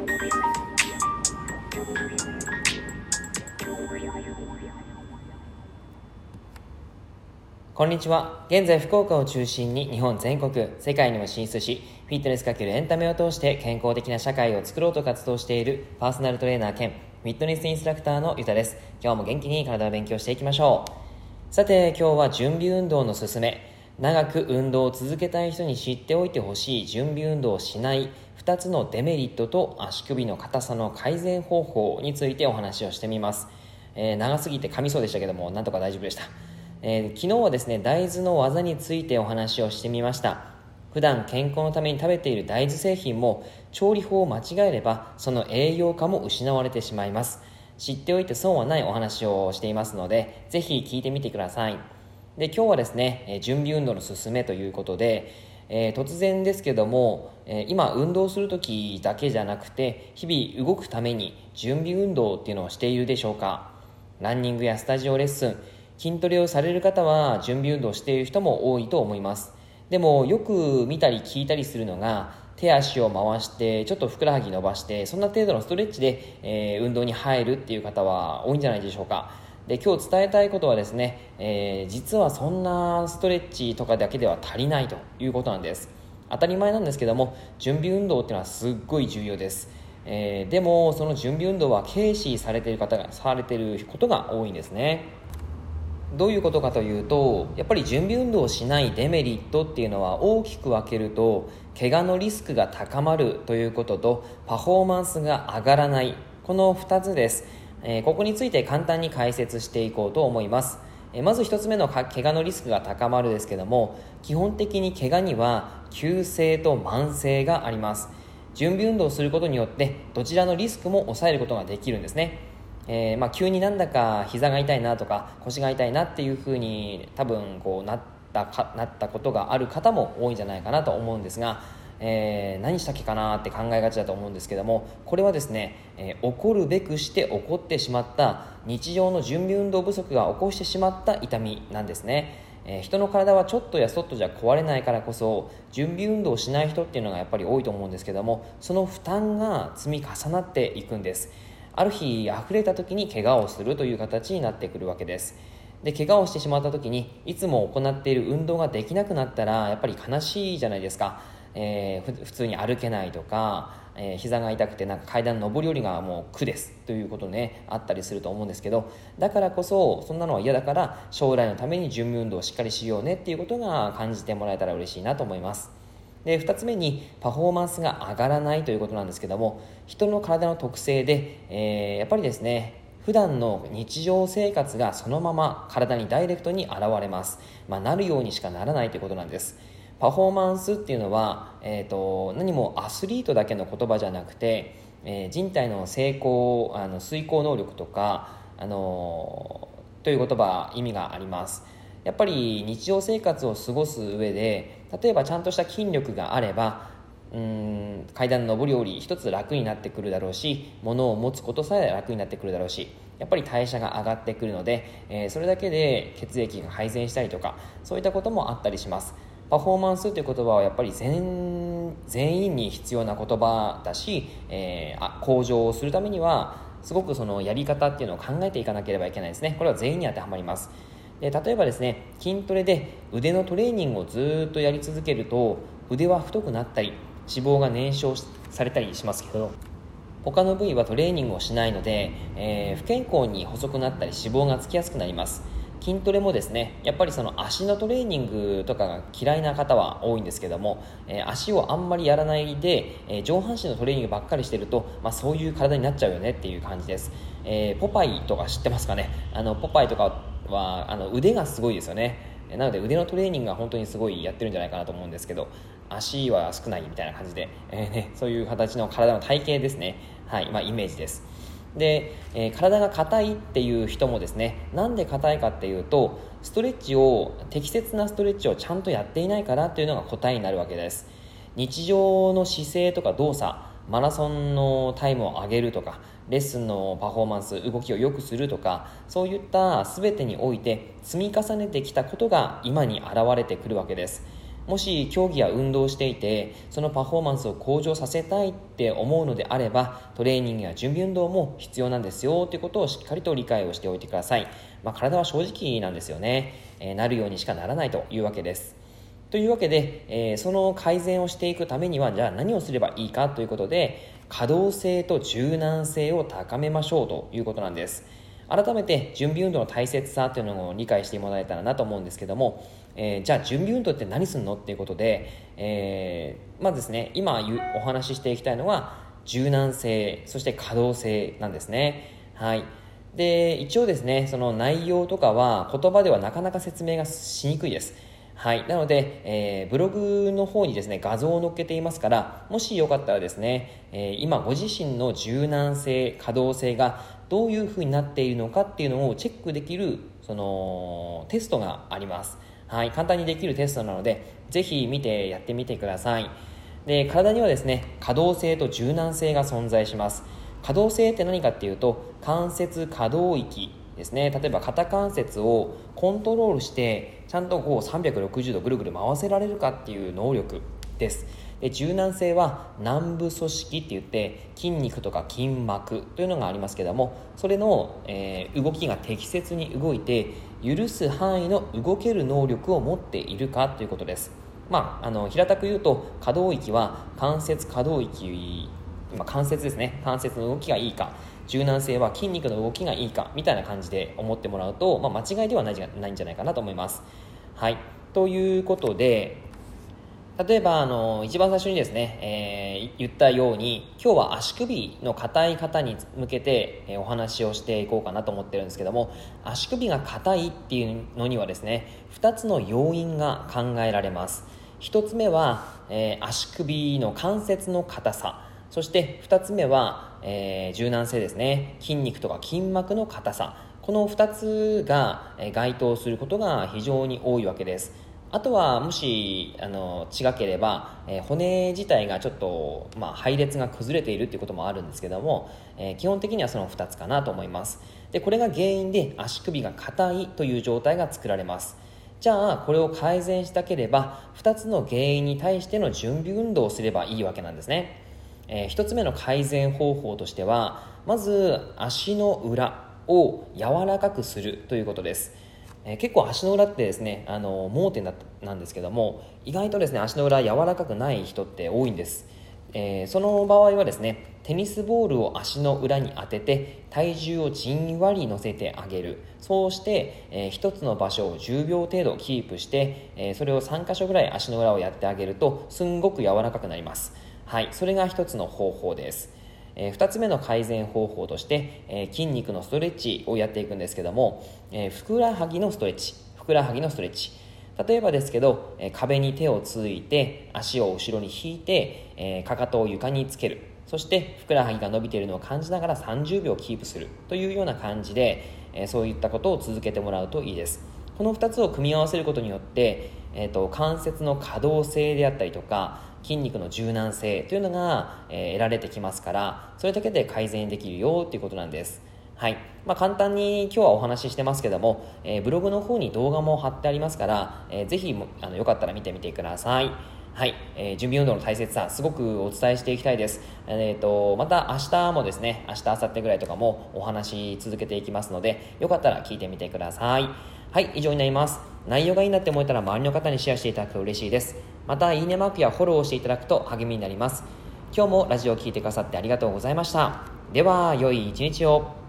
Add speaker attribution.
Speaker 1: こんにちは。現在福岡を中心に日本全国、世界にも進出し、フィットネス×エンタメを通して健康的な社会を作ろうと活動しているパーソナルトレーナー兼フィットネスインストラクターのゆたです。今日も元気に体を勉強していきましょう。さて、今日は準備運動のすすめ、長く運動を続けたい人に知っておいてほしい準備運動をしない2つのデメリットと足首の硬さの改善方法についてお話をしてみます。長すぎて噛みそうでしたけども、なんとか大丈夫でした。昨日はですね、大豆の技についてお話をしてみました。普段健康のために食べている大豆製品も調理法を間違えればその栄養価も失われてしまいます。知っておいて損はないお話をしていますので、ぜひ聞いてみてください。で、今日はですね、準備運動のすすめということで、突然ですけども、今運動する時だけじゃなくて日々動くために準備運動っていうのをしているでしょうか。ランニングやスタジオレッスン、筋トレをされる方は準備運動をしている人も多いと思います。でもよく見たり聞いたりするのが、手足を回してちょっとふくらはぎ伸ばしてそんな程度のストレッチで、運動に入るっていう方は多いんじゃないでしょうか。で、今日伝えたいことはですね、実はそんなストレッチとかだけでは足りないということなんです。当たり前なんですけども、準備運動っていうのはすっごい重要です。でもその準備運動は軽視されていることが多いんですね。どういうことかというと、やっぱり準備運動をしないデメリットっていうのは大きく分けると、怪我のリスクが高まるということとパフォーマンスが上がらない、この2つです。ここについて簡単に解説していこうと思います。まず1つ目の怪我のリスクが高まるですけども、基本的に怪我には急性と慢性があります。準備運動をすることによってどちらのリスクも抑えることができるんですね。急になんだか膝が痛いなとか腰が痛いなっていう風に多分なったことがある方も多いんじゃないかなと思うんですが、何したっけかなって考えがちだと思うんですけども、これはですね、起こるべくして起こってしまった日常の準備運動不足が起こしてしまった痛みなんですね。人の体はちょっとやそっとじゃ壊れないからこそ、準備運動をしない人っていうのがやっぱり多いと思うんですけども、その負担が積み重なっていくんです。ある日溢れた時に怪我をするという形になってくるわけです。で、怪我をしてしまった時にいつも行っている運動ができなくなったらやっぱり悲しいじゃないですか。普通に歩けないとか、膝が痛くてなんか階段上り下りがもう苦ですということね、あったりすると思うんですけど、だからこそそんなのは嫌だから、将来のために準備運動をしっかりしようねっていうことが感じてもらえたら嬉しいなと思います。で、2つ目にパフォーマンスが上がらないということなんですけども、人の体の特性で、やっぱりですね、普段の日常生活がそのまま体にダイレクトに現れます。なるようにしかならないということなんです。パフォーマンスっていうのは、何もアスリートだけの言葉じゃなくて、人体の遂行能力とか、という言葉、意味があります。やっぱり日常生活を過ごす上で、例えばちゃんとした筋力があれば階段の上り下り一つ楽になってくるだろうし、物を持つことさえ楽になってくるだろうし、やっぱり代謝が上がってくるので、それだけで血液が改善したりとか、そういったこともあったりします。パフォーマンスという言葉はやっぱり全員に必要な言葉だし、向上をするためにはすごくそのやり方っていうのを考えていかなければいけないですね。これは全員に当てはまります。で、例えばですね、筋トレで腕のトレーニングをずっとやり続けると腕は太くなったり脂肪が燃焼されたりしますけど、他の部位はトレーニングをしないので、不健康に細くなったり脂肪がつきやすくなります。筋トレもですね、やっぱりその足のトレーニングとかが嫌いな方は多いんですけども、足をあんまりやらないで、上半身のトレーニングばっかりしてると、そういう体になっちゃうよねっていう感じです。ポパイとか知ってますかね。ポパイとかは腕がすごいですよね。なので腕のトレーニングが本当にすごいやってるんじゃないかなと思うんですけど、足は少ないみたいな感じで、そういう形の体の体型ですね。はい、イメージです。で、体が硬いっていう人もですね、なんで硬いかっていうと、適切なストレッチをちゃんとやっていないからっていうのが答えになるわけです。日常の姿勢とか動作、マラソンのタイムを上げるとか、レッスンのパフォーマンス、動きを良くするとか、そういった全てにおいて積み重ねてきたことが今に現れてくるわけです。 もし競技や運動をしていてそのパフォーマンスを向上させたいって思うのであれば、トレーニングや準備運動も必要なんですよということをしっかりと理解をしておいてください。体は正直なんですよね。なるようにしかならないというわけです。というわけで、その改善をしていくためにはじゃあ何をすればいいかということで、可動性と柔軟性を高めましょうということなんです。改めて準備運動の大切さというのを理解してもらえたらなと思うんですけども、じゃあ準備運動って何するのっていうことで、まずですね、今お話ししていきたいのは柔軟性、そして可動性なんですね。はい。で、一応ですね、その内容とかは言葉ではなかなか説明がしにくいです。はい、なので、ブログの方にですね画像を載っけていますから、もしよかったらですね、今ご自身の柔軟性、可動性がどういう風になっているのかっていうのをチェックできるそのテストがあります。はい、簡単にできるテストなのでぜひ見てやってみてください。で、体にはですね可動性と柔軟性が存在します。可動性って何かっていうと、関節可動域ですね。例えば肩関節をコントロールしてちゃんと360度ぐるぐる回せられるかっていう能力です。で、柔軟性は軟部組織って言って筋肉とか筋膜というのがありますけども、それの、動きが適切に動いて許す範囲の動ける能力を持っているかということです。平たく言うと、可動域は関節可動域、関節ですね、関節の動きがいいか、柔軟性は筋肉の動きがいいかみたいな感じで思ってもらうと、間違いではないんじゃないかなと思います。はい、ということで、例えば一番最初にですね、言ったように今日は足首の硬い方に向けて、お話をしていこうかなと思ってるんですけども、足首が硬いっていうのにはですね2つの要因が考えられます。1つ目は、足首の関節の硬さ、そして2つ目は、柔軟性ですね。筋肉とか筋膜の硬さ、この2つが該当することが非常に多いわけです。あとはもし違ければ、骨自体がちょっと、配列が崩れているということもあるんですけども、基本的にはその2つかなと思います。で、これが原因で足首が硬いという状態が作られます。じゃあこれを改善したければ2つの原因に対しての準備運動をすればいいわけなんですね。1つ目の改善方法としては、まず足の裏を柔らかくするということです。結構足の裏ってですね盲点なんですけども、意外とですね足の裏柔らかくない人って多いんです。その場合はですね、テニスボールを足の裏に当てて体重をじんわり乗せてあげる。そうして、一つの場所を10秒程度キープして、それを3箇所ぐらい足の裏をやってあげるとすんごく柔らかくなります。はい、それが一つの方法です。2つ目の改善方法として、筋肉のストレッチをやっていくんですけども、ふくらはぎのストレッチ、例えばですけど、壁に手をついて足を後ろに引いて、かかとを床につける。そしてふくらはぎが伸びているのを感じながら30秒キープするというような感じで、そういったことを続けてもらうといいです。この2つを組み合わせることによって、関節の可動性であったりとか筋肉の柔軟性というのが、得られてきますから、それだけで改善できるよということなんです。はい。簡単に今日はお話ししてますけども、ブログの方に動画も貼ってありますから、ぜひよかったら見てみてください。はい、準備運動の大切さすごくお伝えしていきたいです。また明日もですね、明日明後日ぐらいとかもお話し続けていきますので、よかったら聞いてみてください。はい、以上になります。内容がいいなって思えたら周りの方にシェアしていただくと嬉しいです。またいいねマークやフォローをしていただくと励みになります。今日もラジオを聞いてくださってありがとうございました。では良い一日を。